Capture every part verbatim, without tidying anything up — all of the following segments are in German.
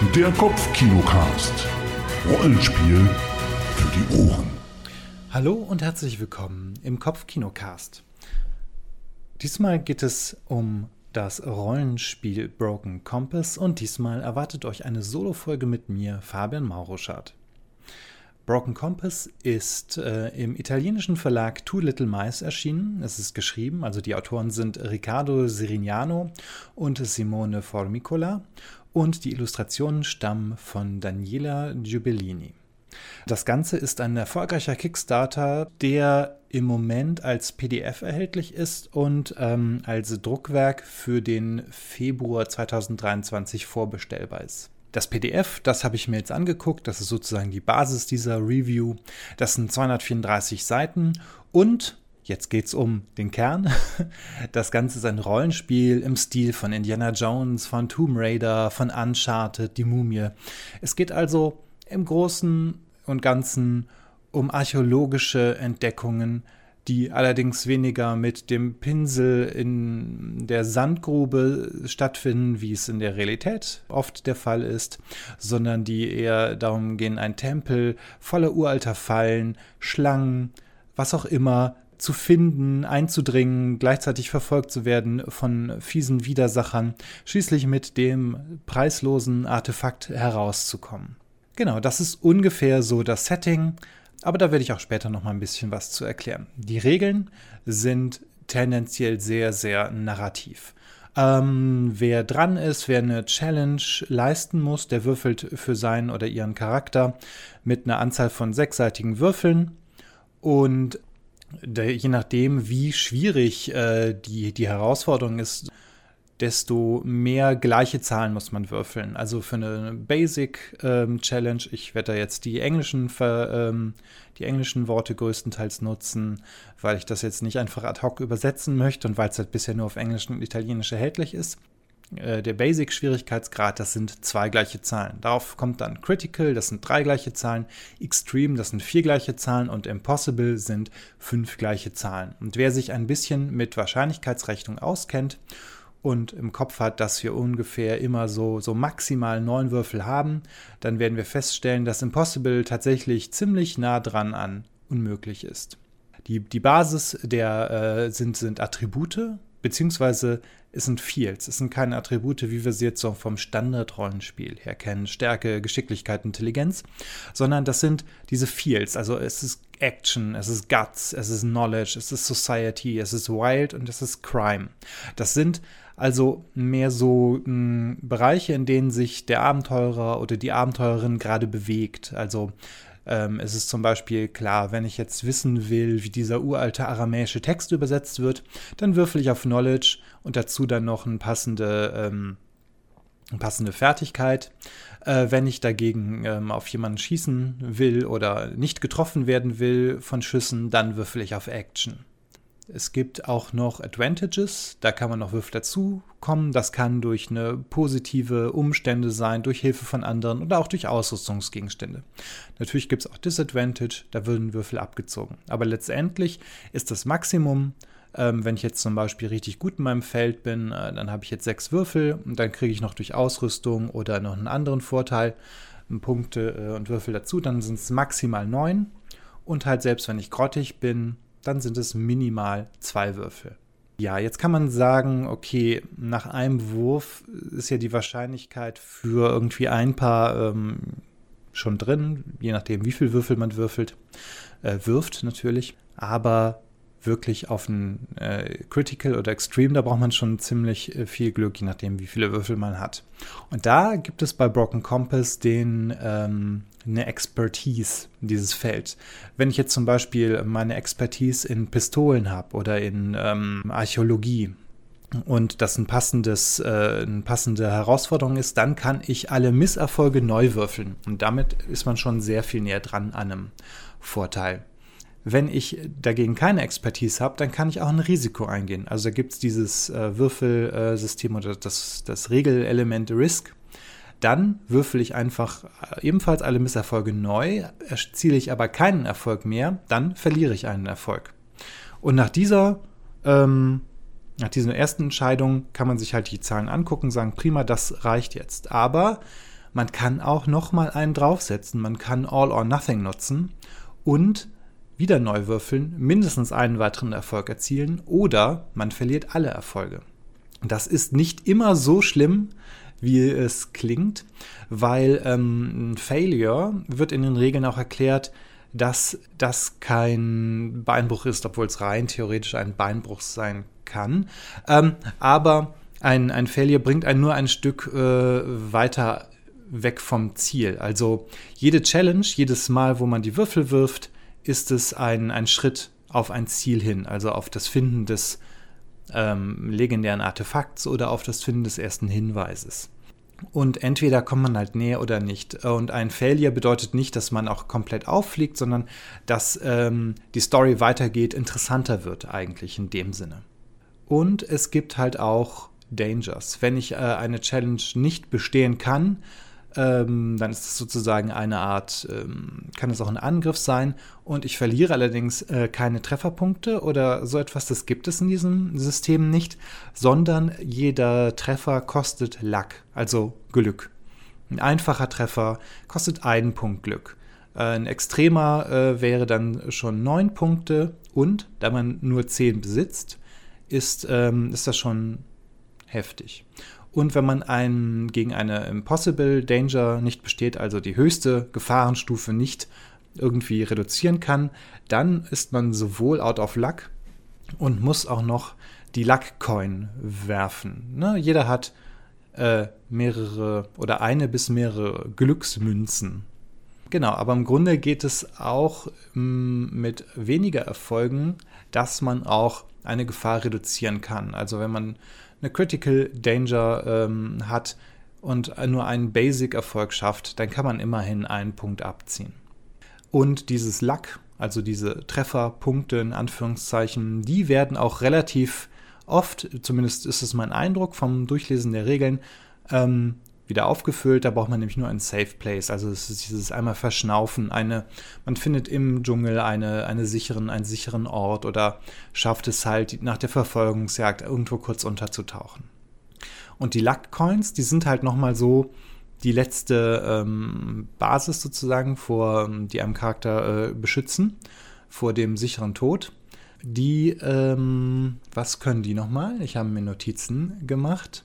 Der Kopfkinocast. Rollenspiel für die Ohren. Hallo und herzlich willkommen im Kopfkinocast. Diesmal geht es um das Rollenspiel Broken Compass und diesmal erwartet euch eine Solo-Folge mit mir, Fabian Mauruschardt. Broken Compass ist äh, im italienischen Verlag Two Little Mice erschienen. Es ist geschrieben, also die Autoren sind Riccardo Sirignano und Simone Formicola und die Illustrationen stammen von Daniela Giubellini. Das Ganze ist ein erfolgreicher Kickstarter, der im Moment als P D F erhältlich ist und ähm, als Druckwerk für den Februar zweitausenddreiundzwanzig vorbestellbar ist. Das P D F, das habe ich mir jetzt angeguckt, das ist sozusagen die Basis dieser Review. Das sind zweihundertvierunddreißig Seiten und jetzt geht's um den Kern. Das Ganze ist ein Rollenspiel im Stil von Indiana Jones, von Tomb Raider, von Uncharted, die Mumie. Es geht also im Großen und Ganzen um archäologische Entdeckungen, die allerdings weniger mit dem Pinsel in der Sandgrube stattfinden, wie es in der Realität oft der Fall ist, sondern die eher darum gehen, einen Tempel voller uralter Fallen, Schlangen, was auch immer, zu finden, einzudringen, gleichzeitig verfolgt zu werden von fiesen Widersachern, schließlich mit dem preislosen Artefakt herauszukommen. Genau, das ist ungefähr so das Setting. Aber da werde ich auch später noch mal ein bisschen was zu erklären. Die Regeln sind tendenziell sehr, sehr narrativ. Ähm, wer dran ist, wer eine Challenge leisten muss, der würfelt für seinen oder ihren Charakter mit einer Anzahl von sechsseitigen Würfeln. Und der, je nachdem, wie schwierig äh, die, die Herausforderung ist, desto mehr gleiche Zahlen muss man würfeln. Also für eine Basic-Challenge, ähm, ich werde da jetzt die englischen, ähm, die englischen Worte größtenteils nutzen, weil ich das jetzt nicht einfach ad hoc übersetzen möchte und weil es halt bisher nur auf Englisch und Italienisch erhältlich ist. Äh, der Basic-Schwierigkeitsgrad, das sind zwei gleiche Zahlen. Darauf kommt dann Critical, das sind drei gleiche Zahlen, Extreme, das sind vier gleiche Zahlen und Impossible sind fünf gleiche Zahlen. Und wer sich ein bisschen mit Wahrscheinlichkeitsrechnung auskennt und im Kopf hat, dass wir ungefähr immer so, so maximal neun Würfel haben, dann werden wir feststellen, dass Impossible tatsächlich ziemlich nah dran an unmöglich ist. Die, die Basis der äh, sind, sind Attribute, beziehungsweise es sind Fields. Es sind keine Attribute, wie wir sie jetzt so vom Standard-Rollenspiel her kennen, Stärke, Geschicklichkeit, Intelligenz, sondern das sind diese Fields. Also es ist Action, es ist Guts, es ist Knowledge, es ist Society, es ist Wild und es ist Crime. Das sind also mehr so mh, Bereiche, in denen sich der Abenteurer oder die Abenteurerin gerade bewegt. Also ähm, es ist zum Beispiel klar, wenn ich jetzt wissen will, wie dieser uralte aramäische Text übersetzt wird, dann würfel ich auf Knowledge und dazu dann noch eine passende, ähm, eine passende Fertigkeit. Äh, wenn ich dagegen ähm, auf jemanden schießen will oder nicht getroffen werden will von Schüssen, dann würfel ich auf Action. Es gibt auch noch Advantages, da kann man noch Würfel dazu kommen. Das kann durch eine positive Umstände sein, durch Hilfe von anderen oder auch durch Ausrüstungsgegenstände. Natürlich gibt es auch Disadvantage, da würden Würfel abgezogen. Aber letztendlich ist das Maximum, ähm, wenn ich jetzt zum Beispiel richtig gut in meinem Feld bin, äh, dann habe ich jetzt sechs Würfel und dann kriege ich noch durch Ausrüstung oder noch einen anderen Vorteil Punkte äh, und Würfel dazu, dann sind es maximal neun. Und halt selbst wenn ich grottig bin, dann sind es minimal zwei Würfel. Ja, jetzt kann man sagen, okay, nach einem Wurf ist ja die Wahrscheinlichkeit für irgendwie ein paar ähm, schon drin, je nachdem, wie viel Würfel man würfelt, äh, wirft natürlich. Aber wirklich auf ein äh, Critical oder Extreme, da braucht man schon ziemlich äh, viel Glück, je nachdem, wie viele Würfel man hat. Und da gibt es bei Broken Compass den ähm, eine Expertise in dieses Feld. Wenn ich jetzt zum Beispiel meine Expertise in Pistolen habe oder in ähm, Archäologie und das ein passendes, äh, eine passende Herausforderung ist, dann kann ich alle Misserfolge neu würfeln. Und damit ist man schon sehr viel näher dran an einem Vorteil. Wenn ich dagegen keine Expertise habe, dann kann ich auch ein Risiko eingehen. Also da gibt es dieses äh, Würfelsystem oder das, das Regelelement Risk. Dann würfel ich einfach ebenfalls alle Misserfolge neu, erziele ich aber keinen Erfolg mehr, dann verliere ich einen Erfolg. Und nach dieser, ähm, nach dieser ersten Entscheidung kann man sich halt die Zahlen angucken, sagen, prima, das reicht jetzt. Aber Man kann auch nochmal einen draufsetzen. Man kann All or Nothing nutzen und wieder neu würfeln, mindestens einen weiteren Erfolg erzielen oder man verliert alle Erfolge. Das ist nicht immer so schlimm, wie es klingt, weil ähm, ein Failure wird in den Regeln auch erklärt, dass das kein Beinbruch ist, obwohl es rein theoretisch ein Beinbruch sein kann. Ähm, aber ein, ein Failure bringt einen nur ein Stück äh, weiter weg vom Ziel. Also jede Challenge, jedes Mal, wo man die Würfel wirft, ist es ein, ein Schritt auf ein Ziel hin, also auf das Finden des ähm, legendären Artefakts oder auf das Finden des ersten Hinweises. Und entweder kommt man halt näher oder nicht. Und ein Failure bedeutet nicht, dass man auch komplett auffliegt, sondern dass ähm, die Story weitergeht, interessanter wird eigentlich in dem Sinne. Und es gibt halt auch Dangers. Wenn ich äh, eine Challenge nicht bestehen kann, ähm, dann ist es sozusagen eine Art, ähm, kann es auch ein Angriff sein und ich verliere allerdings äh, keine Trefferpunkte oder so etwas, das gibt es in diesem System nicht, sondern jeder Treffer kostet Luck, also Glück. Ein einfacher Treffer kostet einen Punkt Glück. Äh, ein extremer äh, wäre dann schon neun Punkte und, da man nur zehn besitzt, ist, ähm, ist das schon heftig. Und wenn man einen, gegen eine Impossible Danger nicht besteht, also die höchste Gefahrenstufe nicht irgendwie reduzieren kann, dann ist man sowohl out of luck und muss auch noch die Luck Coin werfen. Ne? Jeder hat äh, mehrere oder eine bis mehrere Glücksmünzen. Genau, aber im Grunde geht es auch m, mit weniger Erfolgen, dass man auch eine Gefahr reduzieren kann. Also wenn man eine Critical Danger ähm, hat und nur einen Basic-Erfolg schafft, dann kann man immerhin einen Punkt abziehen. Und dieses Luck, also diese Trefferpunkte in Anführungszeichen, die werden auch relativ oft, zumindest ist es mein Eindruck vom Durchlesen der Regeln, ähm, wieder aufgefüllt. Da braucht man nämlich nur einen Safe Place. Also es ist dieses einmal Verschnaufen. Eine, man findet im Dschungel eine, eine sicheren, einen sicheren Ort oder schafft es halt nach der Verfolgungsjagd irgendwo kurz unterzutauchen. Und die Luck Coins, die sind halt nochmal so die letzte ähm, Basis sozusagen, vor, die einem Charakter äh, beschützen vor dem sicheren Tod. Die, ähm, was können die nochmal? Ich habe mir Notizen gemacht.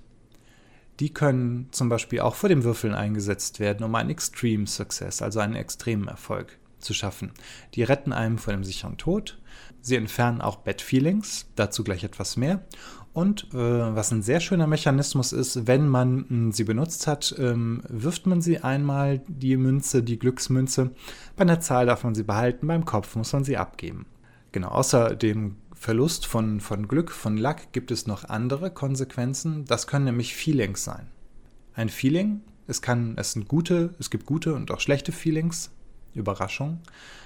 Die können zum Beispiel auch vor dem Würfeln eingesetzt werden, um einen Extreme Success, also einen extremen Erfolg zu schaffen. Die retten einem vor dem sicheren Tod. Sie entfernen auch Bad Feelings, dazu gleich etwas mehr. Und äh, was ein sehr schöner Mechanismus ist, wenn man mh, sie benutzt hat, ähm, wirft man sie einmal, die Münze, die Glücksmünze. Bei einer Zahl darf man sie behalten, beim Kopf muss man sie abgeben. Genau, außer dem Verlust von, von Glück, von Luck, gibt es noch andere Konsequenzen. Das können nämlich Feelings sein. Ein Feeling, es kann, es sind gute, es gibt gute und auch schlechte Feelings. Überraschung.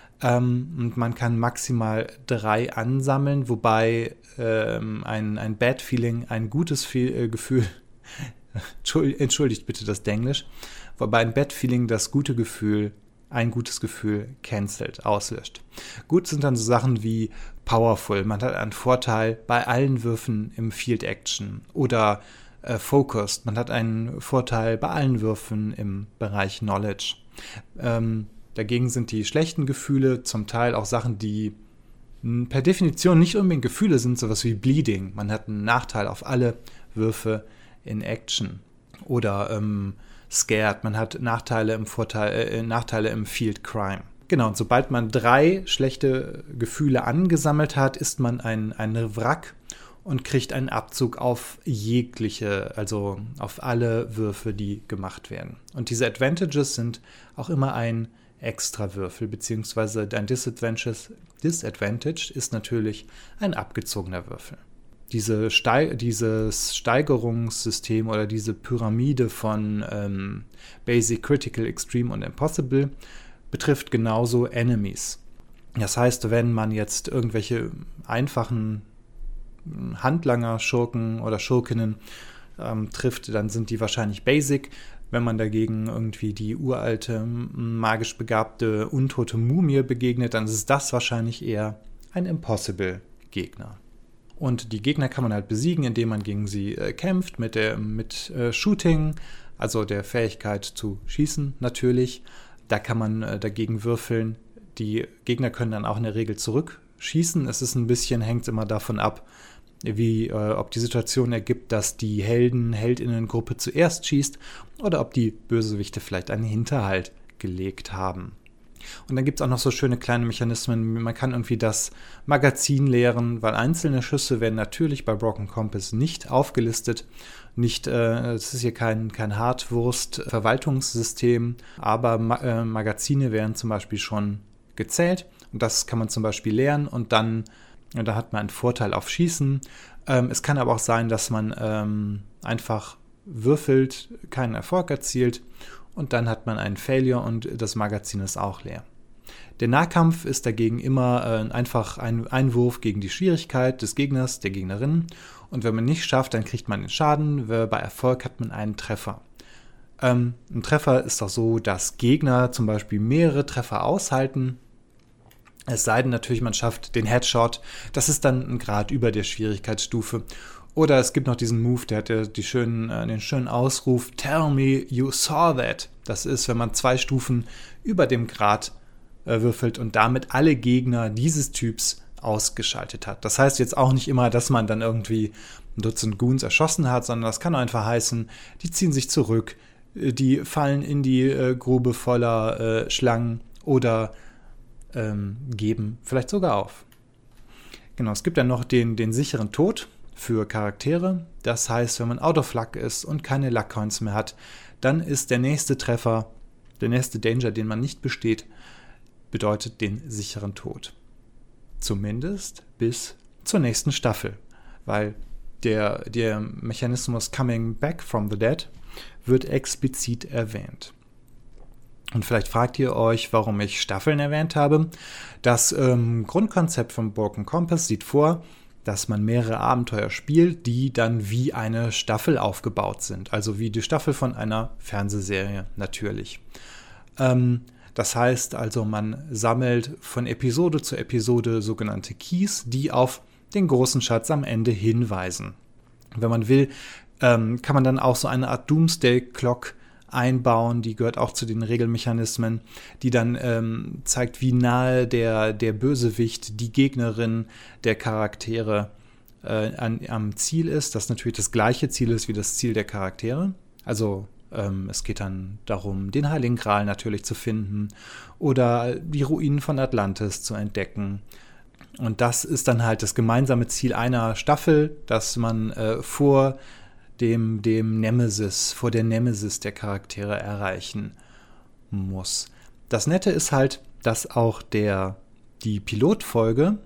Ähm, und man kann maximal drei ansammeln, wobei ähm, ein, ein Bad Feeling ein gutes Fe- äh, Gefühl, entschuldigt bitte das Denglisch, wobei ein Bad Feeling das gute Gefühl, ein gutes Gefühl cancelt, auslöscht. Gut sind dann so Sachen wie Powerful, man hat einen Vorteil bei allen Würfen im Field Action oder äh, Focused, man hat einen Vorteil bei allen Würfen im Bereich Knowledge. Ähm, dagegen sind die schlechten Gefühle zum Teil auch Sachen, die mh, per Definition nicht unbedingt Gefühle sind, sowas wie Bleeding. Man hat einen Nachteil auf alle Würfe in Action oder ähm, Scared, man hat Nachteile im Vorteil, äh, Nachteile im Field Crime. Genau, und sobald man drei schlechte Gefühle angesammelt hat, ist man ein, ein Wrack und kriegt einen Abzug auf jegliche, also auf alle Würfe, die gemacht werden. Und diese Advantages sind auch immer ein Extrawürfel, beziehungsweise ein Disadvantage, Disadvantage ist natürlich ein abgezogener Würfel. Diese Stei- dieses Steigerungssystem oder diese Pyramide von ähm, Basic, Critical, Extreme und Impossible betrifft genauso Enemies. Das heißt, wenn man jetzt irgendwelche einfachen Handlanger, Schurken oder Schurkinnen ähm, trifft, dann sind die wahrscheinlich Basic. Wenn man dagegen irgendwie die uralte, magisch begabte, untote Mumie begegnet, dann ist das wahrscheinlich eher ein Impossible-Gegner. Und die Gegner kann man halt besiegen, indem man gegen sie äh, kämpft, mit, der, mit äh, Shooting, also der Fähigkeit zu schießen natürlich. Da kann man äh, dagegen würfeln. Die Gegner können dann auch in der Regel zurückschießen. Es ist ein bisschen, hängt immer davon ab, wie, äh, ob die Situation ergibt, dass die Helden, Heldinnengruppe zuerst schießt oder ob die Bösewichte vielleicht einen Hinterhalt gelegt haben. Und dann gibt es auch noch so schöne kleine Mechanismen. Man kann irgendwie das Magazin leeren, weil einzelne Schüsse werden natürlich bei Broken Compass nicht aufgelistet. Nicht, äh, es ist hier kein, kein Hardwurst-Verwaltungssystem, aber Ma- äh, Magazine werden zum Beispiel schon gezählt. Und das kann man zum Beispiel leeren und dann ja, da hat man einen Vorteil auf Schießen. Ähm, es kann aber auch sein, dass man ähm, einfach würfelt, keinen Erfolg erzielt und dann hat man einen Failure und das Magazin ist auch leer. Der Nahkampf ist dagegen immer äh, einfach ein Einwurf gegen die Schwierigkeit des Gegners, der Gegnerin. Und wenn man nicht schafft, dann kriegt man den Schaden. Bei Erfolg hat man einen Treffer. Ähm, ein Treffer ist auch so, dass Gegner zum Beispiel mehrere Treffer aushalten. Es sei denn natürlich, man schafft den Headshot. Das ist dann ein Grad über der Schwierigkeitsstufe. Oder es gibt noch diesen Move, der hat ja die schönen, äh, den schönen Ausruf Tell me you saw that. Das ist, wenn man zwei Stufen über dem Grad äh, würfelt und damit alle Gegner dieses Typs ausgeschaltet hat. Das heißt jetzt auch nicht immer, dass man dann irgendwie ein Dutzend Goons erschossen hat, sondern das kann einfach heißen, die ziehen sich zurück, die fallen in die äh, Grube voller äh, Schlangen oder ähm, geben vielleicht sogar auf. Genau, es gibt dann noch den, den sicheren Tod für Charaktere. Das heißt, wenn man out of luck ist und keine Luck Coins mehr hat, dann ist der nächste Treffer, der nächste Danger, den man nicht besteht, bedeutet den sicheren Tod. Zumindest bis zur nächsten Staffel, weil der, der Mechanismus Coming Back from the Dead wird explizit erwähnt. Und vielleicht fragt ihr euch, warum ich Staffeln erwähnt habe. Das ähm, Grundkonzept von Broken Compass sieht vor, dass man mehrere Abenteuer spielt, die dann wie eine Staffel aufgebaut sind. Also wie die Staffel von einer Fernsehserie natürlich. Ähm, das heißt also, man sammelt von Episode zu Episode sogenannte Keys, die auf den großen Schatz am Ende hinweisen. Wenn man will, ähm, kann man dann auch so eine Art Doomsday Clock einbauen, die gehört auch zu den Regelmechanismen, die dann ähm, zeigt, wie nahe der, der Bösewicht, die Gegnerin der Charaktere äh, an, am Ziel ist, das natürlich das gleiche Ziel ist wie das Ziel der Charaktere. Also ähm, es geht dann darum, den Heiligen Gral natürlich zu finden oder die Ruinen von Atlantis zu entdecken. Und das ist dann halt das gemeinsame Ziel einer Staffel, dass man äh, vor dem, dem Nemesis, vor der Nemesis der Charaktere erreichen muss. Das Nette ist halt, dass auch der, die Pilotfolge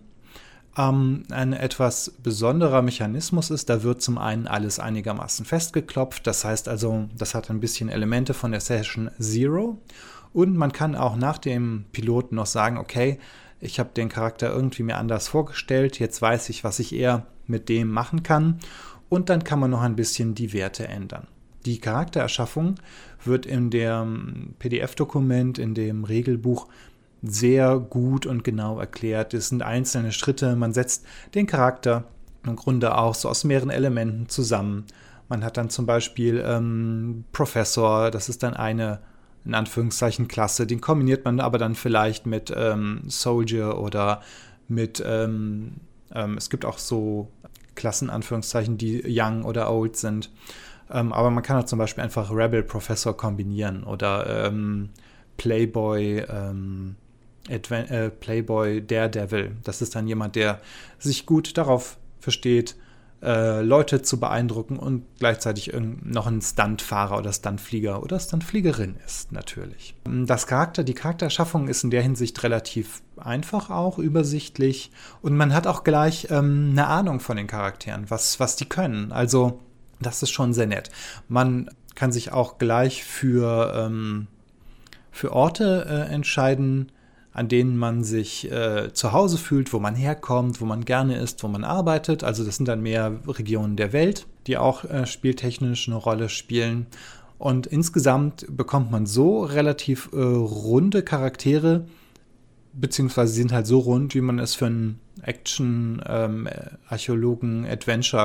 ähm, ein etwas besonderer Mechanismus ist. Da wird zum einen alles einigermaßen festgeklopft. Das heißt also, das hat ein bisschen Elemente von der Session Zero. Und man kann auch nach dem Piloten noch sagen, okay, ich habe den Charakter irgendwie mir anders vorgestellt. Jetzt weiß ich, was ich eher mit dem machen kann. Und dann kann man noch ein bisschen die Werte ändern. Die Charaktererschaffung wird in dem P D F-Dokument, in dem Regelbuch sehr gut und genau erklärt. Es sind einzelne Schritte. Man setzt den Charakter im Grunde auch so aus mehreren Elementen zusammen. Man hat dann zum Beispiel ähm, Professor, das ist dann eine, in Anführungszeichen, Klasse. Den kombiniert man aber dann vielleicht mit ähm, Soldier oder mit, ähm, ähm, es gibt auch so Klassen, Anführungszeichen, die young oder old sind. Ähm, aber man kann auch zum Beispiel einfach Rebel Professor kombinieren oder ähm, Playboy, ähm, Adven- äh, Playboy Daredevil. Das ist dann jemand, der sich gut darauf versteht, äh, Leute zu beeindrucken und gleichzeitig noch ein Stuntfahrer oder Stuntflieger oder Stuntfliegerin ist natürlich. Das Charakter, die Charaktererschaffung ist in der Hinsicht relativ einfach auch, übersichtlich und man hat auch gleich ähm, eine Ahnung von den Charakteren, was, was die können. Also das ist schon sehr nett. Man kann sich auch gleich für, ähm, für Orte äh, entscheiden, an denen man sich äh, zu Hause fühlt, wo man herkommt, wo man gerne ist, wo man arbeitet. Also das sind dann mehr Regionen der Welt, die auch äh, spieltechnisch eine Rolle spielen. Und insgesamt bekommt man so relativ äh, runde Charaktere, beziehungsweise sie sind halt so rund, wie man es für einen Action-Archäologen-Adventure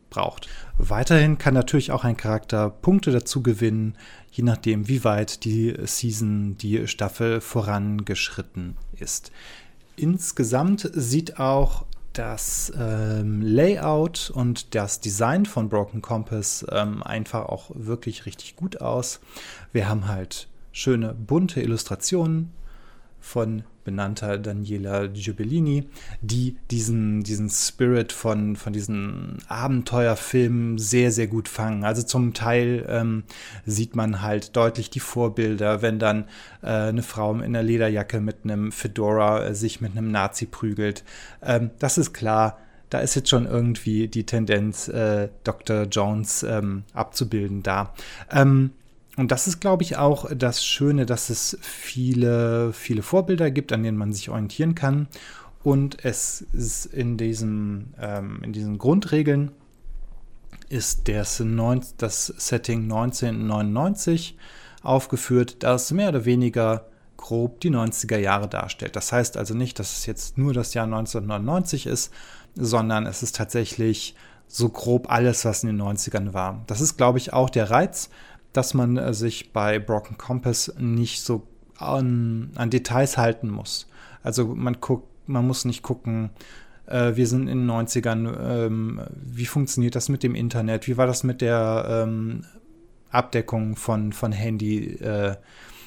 braucht. Weiterhin kann natürlich auch ein Charakter Punkte dazu gewinnen, je nachdem, wie weit die Season, die Staffel vorangeschritten ist. Insgesamt sieht auch das ähm, Layout und das Design von Broken Compass ähm, einfach auch wirklich richtig gut aus. Wir haben halt schöne bunte Illustrationen von benannter Daniela Giubellini, die diesen, diesen Spirit von, von diesen Abenteuerfilmen sehr, sehr gut fangen. Also zum Teil ähm, sieht man halt deutlich die Vorbilder, wenn dann äh, eine Frau in einer Lederjacke mit einem Fedora äh, sich mit einem Nazi prügelt. Ähm, das ist klar, da ist jetzt schon irgendwie die Tendenz, äh, Doktor Jones ähm, abzubilden da. Ähm, Und das ist, glaube ich, auch das Schöne, dass es viele, viele Vorbilder gibt, an denen man sich orientieren kann. Und es ist in diesen, ähm, in diesen Grundregeln ist das, das Setting neunzehnhundertneunundneunzig aufgeführt, das mehr oder weniger grob die neunziger Jahre darstellt. Das heißt also nicht, dass es jetzt nur das Jahr neunzehnhundertneunundneunzig ist, sondern es ist tatsächlich so grob alles, was in den neunzigern war. Das ist, glaube ich, auch der Reiz, dass man äh, sich bei Broken Compass nicht so an, an Details halten muss. Also man guckt, man muss nicht gucken, äh, wir sind in den neunzigern, ähm, wie funktioniert das mit dem Internet, wie war das mit der ähm, Abdeckung von, von Handymasten,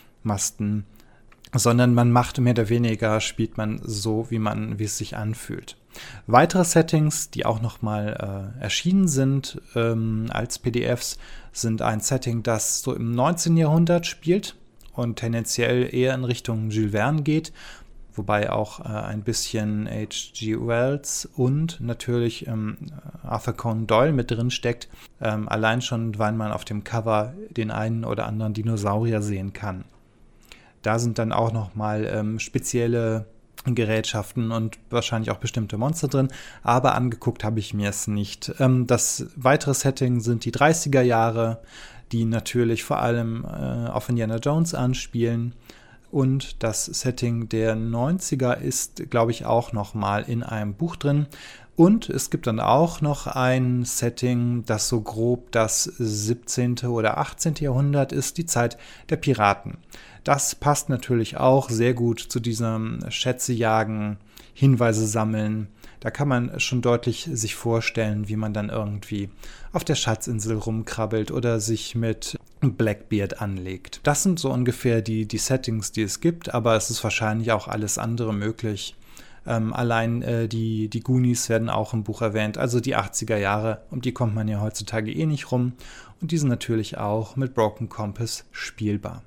äh, sondern man macht mehr oder weniger, spielt man so, wie man, wie es sich anfühlt. Weitere Settings, die auch nochmal äh, erschienen sind ähm, als P D Fs, sind ein Setting, das so im neunzehnten Jahrhundert spielt und tendenziell eher in Richtung Jules Verne geht, wobei auch äh, ein bisschen H G Wells und natürlich ähm, Arthur Conan Doyle mit drin steckt, ähm, allein schon, weil man auf dem Cover den einen oder anderen Dinosaurier sehen kann. Da sind dann auch nochmal ähm, spezielle Gerätschaften und wahrscheinlich auch bestimmte Monster drin, aber angeguckt habe ich mir es nicht. Ähm, das weitere Setting sind die dreißiger Jahre, die natürlich vor allem äh, auf Indiana Jones anspielen, und das Setting der neunziger ist, glaube ich, auch nochmal in einem Buch drin. Und es gibt dann auch noch ein Setting, das so grob das siebzehnten oder achtzehnten Jahrhundert ist, die Zeit der Piraten. Das passt natürlich auch sehr gut zu diesem Schätzejagen, Hinweise sammeln. Da kann man schon deutlich sich vorstellen, wie man dann irgendwie auf der Schatzinsel rumkrabbelt oder sich mit Blackbeard anlegt. Das sind so ungefähr die, die Settings, die es gibt, aber es ist wahrscheinlich auch alles andere möglich. Ähm, allein äh, die, die Goonies werden auch im Buch erwähnt, also die achtziger Jahre, um die kommt man ja heutzutage eh nicht rum. Und die sind natürlich auch mit Broken Compass spielbar.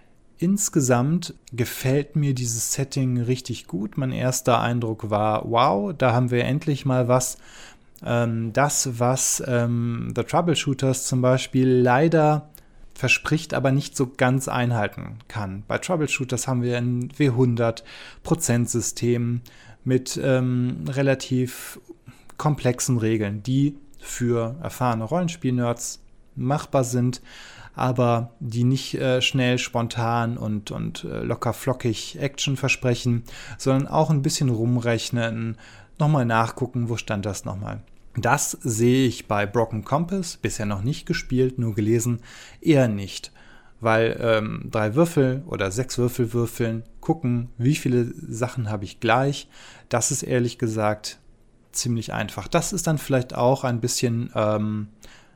Insgesamt gefällt mir dieses Setting richtig gut. Mein erster Eindruck war, wow, da haben wir endlich mal was. Ähm, das, was ähm, The Troubleshooters zum Beispiel leider verspricht, aber nicht so ganz einhalten kann. Bei Troubleshooters haben wir ein W hundert Prozent System mit ähm, relativ komplexen Regeln, die für erfahrene Rollenspiel-Nerds machbar sind, aber die nicht äh, schnell, spontan und, und äh, locker flockig Action versprechen, sondern auch ein bisschen rumrechnen, nochmal nachgucken, wo stand das nochmal. Das sehe ich bei Broken Compass, bisher noch nicht gespielt, nur gelesen, eher nicht. Weil ähm, drei Würfel oder sechs Würfel würfeln, gucken, wie viele Sachen habe ich gleich, das ist ehrlich gesagt ziemlich einfach. Das ist dann vielleicht auch ein bisschen ähm,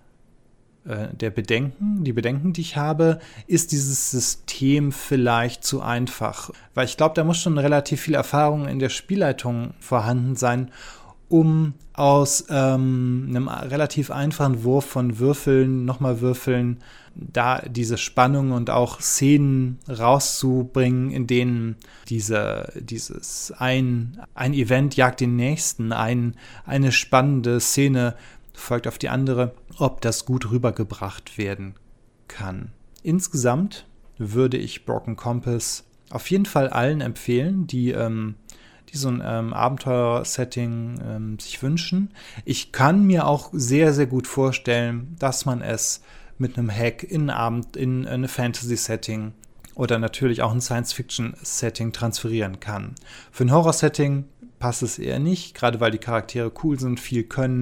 äh, der Bedenken, die Bedenken, die ich habe, ist dieses System vielleicht zu einfach. Weil ich glaube, da muss schon relativ viel Erfahrung in der Spielleitung vorhanden sein, um aus ähm, einem relativ einfachen Wurf von Würfeln, nochmal Würfeln, da diese Spannung und auch Szenen rauszubringen, in denen diese, dieses ein, ein Event jagt den nächsten, ein, eine spannende Szene folgt auf die andere, ob das gut rübergebracht werden kann. Insgesamt würde ich Broken Compass auf jeden Fall allen empfehlen, die ähm, die so ein ähm, Abenteuer-Setting ähm, sich wünschen. Ich kann mir auch sehr, sehr gut vorstellen, dass man es mit einem Hack in, Abend, in eine Fantasy-Setting oder natürlich auch ein Science-Fiction-Setting transferieren kann. Für ein Horror-Setting passt es eher nicht, gerade weil die Charaktere cool sind, viel können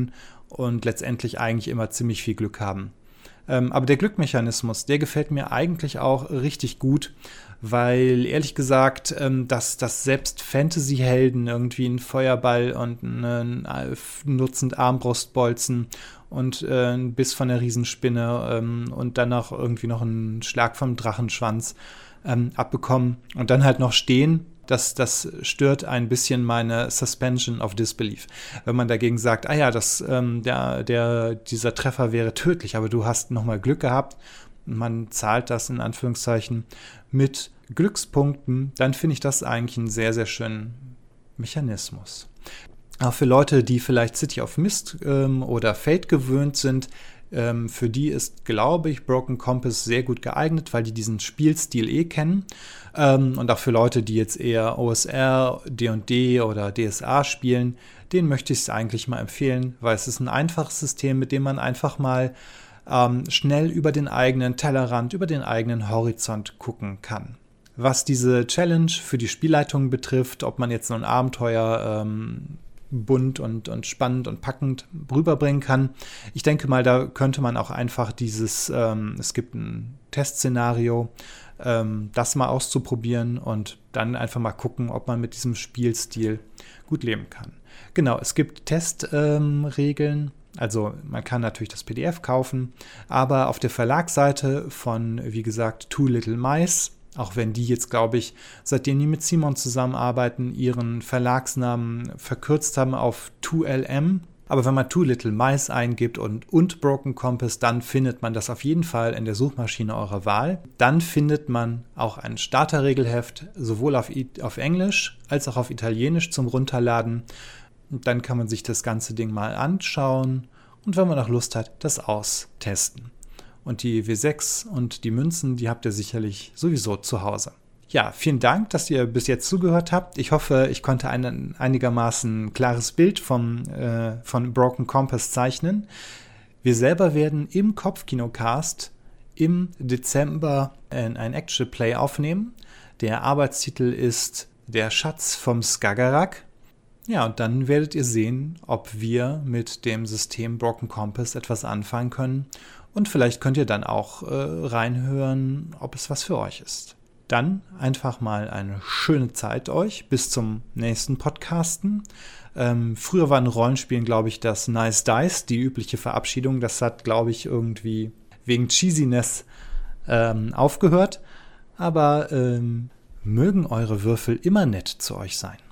und letztendlich eigentlich immer ziemlich viel Glück haben. Ähm, aber der Glückmechanismus, der gefällt mir eigentlich auch richtig gut, weil ehrlich gesagt, ähm, dass, dass selbst Fantasy-Helden irgendwie einen Feuerball und einen Dutzend Armbrustbolzen und äh, ein Biss von der Riesenspinne ähm, und dann noch irgendwie noch einen Schlag vom Drachenschwanz ähm, abbekommen und dann halt noch stehen, das, das stört ein bisschen meine Suspension of Disbelief. Wenn man dagegen sagt, ah ja, das, ähm, der, der, dieser Treffer wäre tödlich, aber du hast nochmal Glück gehabt, man zahlt das in Anführungszeichen mit Glückspunkten, dann finde ich das eigentlich einen sehr, sehr schönen Mechanismus. Auch für Leute, die vielleicht City of Mist ähm, oder Fate gewöhnt sind, ähm, für die ist, glaube ich, Broken Compass sehr gut geeignet, weil die diesen Spielstil eh kennen. Ähm, und auch für Leute, die jetzt eher O S R, D und D oder D S A spielen, denen möchte ich es eigentlich mal empfehlen, weil es ist ein einfaches System, mit dem man einfach mal ähm, schnell über den eigenen Tellerrand, über den eigenen Horizont gucken kann. Was diese Challenge für die Spielleitung betrifft, ob man jetzt so ein Abenteuer ähm, bunt und, und spannend und packend rüberbringen kann. Ich denke mal, da könnte man auch einfach dieses, ähm, es gibt ein Testszenario, ähm, das mal auszuprobieren und dann einfach mal gucken, ob man mit diesem Spielstil gut leben kann. Genau, es gibt Testregeln, ähm, also man kann natürlich das P D F kaufen, aber auf der Verlagsseite von, wie gesagt, Two Little Mice, auch wenn die jetzt, glaube ich, seitdem die mit Simon zusammenarbeiten, ihren Verlagsnamen verkürzt haben auf two L M. Aber wenn man Two Little Mice eingibt und, und Broken Compass, dann findet man das auf jeden Fall in der Suchmaschine eurer Wahl. Dann findet man auch ein Starterregelheft, sowohl auf, auf Englisch als auch auf Italienisch zum Runterladen. Und dann kann man sich das ganze Ding mal anschauen und wenn man noch Lust hat, das austesten. Und die W sechs und die Münzen, die habt ihr sicherlich sowieso zu Hause. Ja, vielen Dank, dass ihr bis jetzt zugehört habt. Ich hoffe, ich konnte ein einigermaßen klares Bild vom, äh, von Broken Compass zeichnen. Wir selber werden im Kopfkinocast im Dezember ein, ein Actual Play aufnehmen. Der Arbeitstitel ist Der Schatz vom Skagerrak. Ja, und dann werdet ihr sehen, ob wir mit dem System Broken Compass etwas anfangen können. Und vielleicht könnt ihr dann auch äh, reinhören, ob es was für euch ist. Dann einfach mal eine schöne Zeit euch. Bis zum nächsten Podcasten. Ähm, früher waren Rollenspielen, glaube ich, das Nice Dice, die übliche Verabschiedung. Das hat, glaube ich, irgendwie wegen Cheesiness ähm, aufgehört. Aber ähm, mögen eure Würfel immer nett zu euch sein.